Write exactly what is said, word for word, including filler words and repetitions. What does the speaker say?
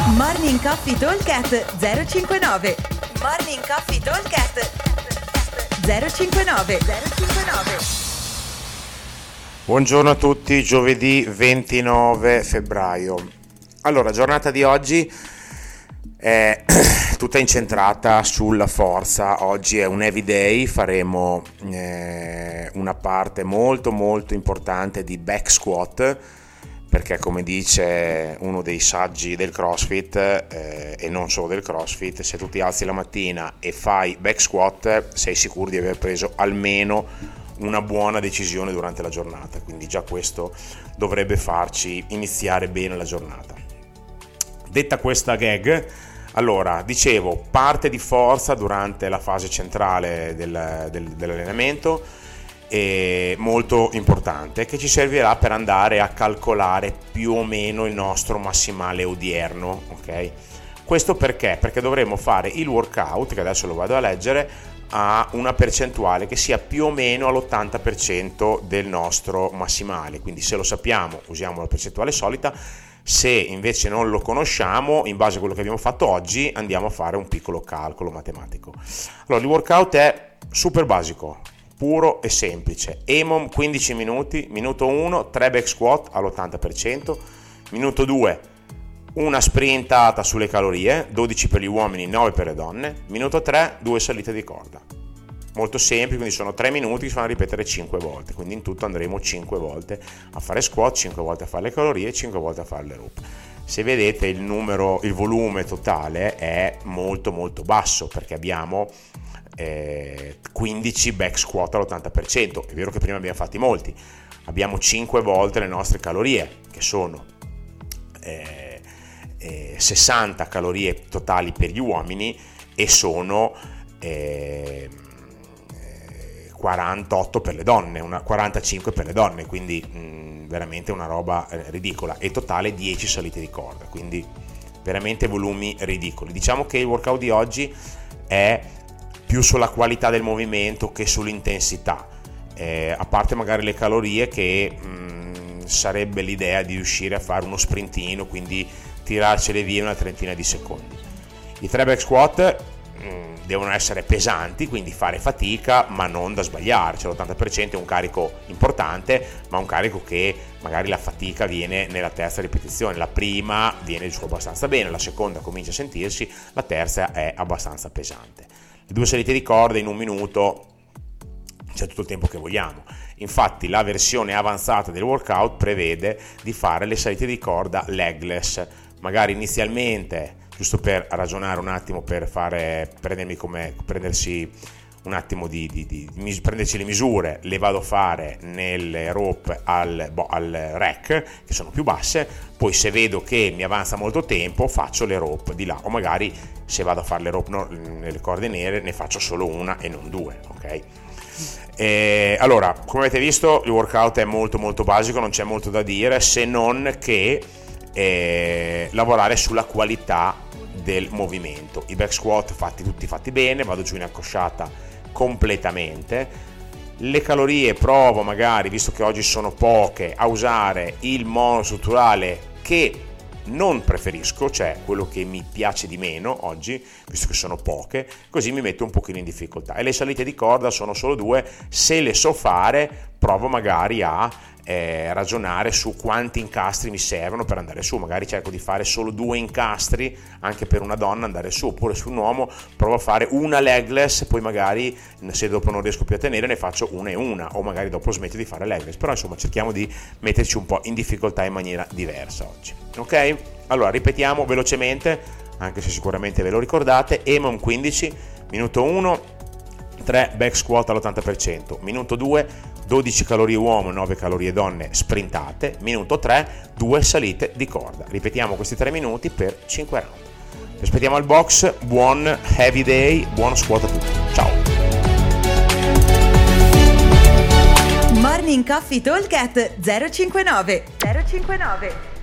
Morning Coffee Talk zero cinquantanove. Morning Coffee Talk zero cinquantanove. zero cinquantanove. Buongiorno a tutti, giovedì ventinove febbraio. Allora, giornata di oggi è tutta incentrata sulla forza. Oggi è un heavy day, faremo eh, una parte molto molto importante di back squat, perché come dice uno dei saggi del CrossFit eh, e non solo del CrossFit, se tu ti alzi la mattina e fai back squat sei sicuro di aver preso almeno una buona decisione durante la giornata, quindi già questo dovrebbe farci iniziare bene la giornata. Detta questa gag, allora dicevo, parte di forza durante la fase centrale del, del, dell'allenamento, è molto importante, che ci servirà per andare a calcolare più o meno il nostro massimale odierno, ok? Questo perché? Perché dovremo fare il workout, che adesso lo vado a leggere, a una percentuale che sia più o meno all'ottanta per cento del nostro massimale, quindi se lo sappiamo usiamo la percentuale solita, se invece non lo conosciamo, in base a quello che abbiamo fatto oggi andiamo a fare un piccolo calcolo matematico. Allora, il workout è super basico, puro e semplice. E M O M quindici minuti, minuto uno tre back squat all'ottanta per cento, minuto due una sprintata sulle calorie, dodici per gli uomini, nove per le donne, minuto tre due salite di corda. Molto semplice, quindi sono tre minuti che si fanno ripetere cinque volte, quindi in tutto andremo cinque volte a fare squat, cinque volte a fare le calorie, cinque volte a fare le rope. Se vedete il numero, il volume totale è molto molto basso, perché abbiamo Eh, quindici back squat all'ottanta per cento. È vero che prima abbiamo fatti molti, abbiamo cinque volte le nostre calorie, che sono eh, eh, sessanta calorie totali per gli uomini e sono eh, quarantotto per le donne, una quarantacinque per le donne, quindi mh, veramente una roba eh, ridicola, e totale dieci salite di corda, quindi veramente volumi ridicoli. Diciamo che il workout di oggi è più sulla qualità del movimento che sull'intensità, eh, a parte magari le calorie, che mh, sarebbe l'idea di riuscire a fare uno sprintino, quindi tirarcele via una trentina di secondi. I tre back squat mh, devono essere pesanti, quindi fare fatica ma non da sbagliarci. L'ottanta per cento è un carico importante, ma un carico che magari la fatica viene nella terza ripetizione, la prima viene giù abbastanza bene, la seconda comincia a sentirsi, la terza è abbastanza pesante. Le due salite di corda in un minuto c'è tutto il tempo che vogliamo. Infatti la versione avanzata del workout prevede di fare le salite di corda legless, magari inizialmente, giusto per ragionare un attimo, per fare prendermi come prendersi un attimo di, di, di, di prenderci le misure, le vado a fare nelle rope al, boh, al rack, che sono più basse. Poi se vedo che mi avanza molto tempo faccio le rope di là, o magari se vado a fare le rope no, nelle corde nere ne faccio solo una e non due, ok? E allora, come avete visto, il workout è molto molto basico, non c'è molto da dire, se non che eh, lavorare sulla qualità del movimento. I back squat fatti tutti fatti bene, vado giù in accosciata completamente. Le calorie provo magari, visto che oggi sono poche, a usare il monostrutturale, che non preferisco, cioè quello che mi piace di meno oggi, visto che sono poche, così mi metto un pochino in difficoltà. E le salite di corda sono solo due, se le so fare provo magari a eh, ragionare su quanti incastri mi servono per andare su, magari cerco di fare solo due incastri anche per una donna andare su, oppure su un uomo provo a fare una legless, poi magari se dopo non riesco più a tenere ne faccio una e una, o magari dopo smetto di fare legless, però insomma cerchiamo di metterci un po' in difficoltà in maniera diversa oggi, ok? Allora ripetiamo velocemente, anche se sicuramente ve lo ricordate. E M O M quindici, minuto uno tre back squat all'ottanta per cento, minuto due dodici calorie uomo, nove calorie donne sprintate, minuto tre due salite di corda. Ripetiamo questi tre minuti per cinque round. Vi aspettiamo al box, buon heavy day, buono squat a tutti, ciao. Morning Coffee Talk zero cinquantanove. zero cinquantanove.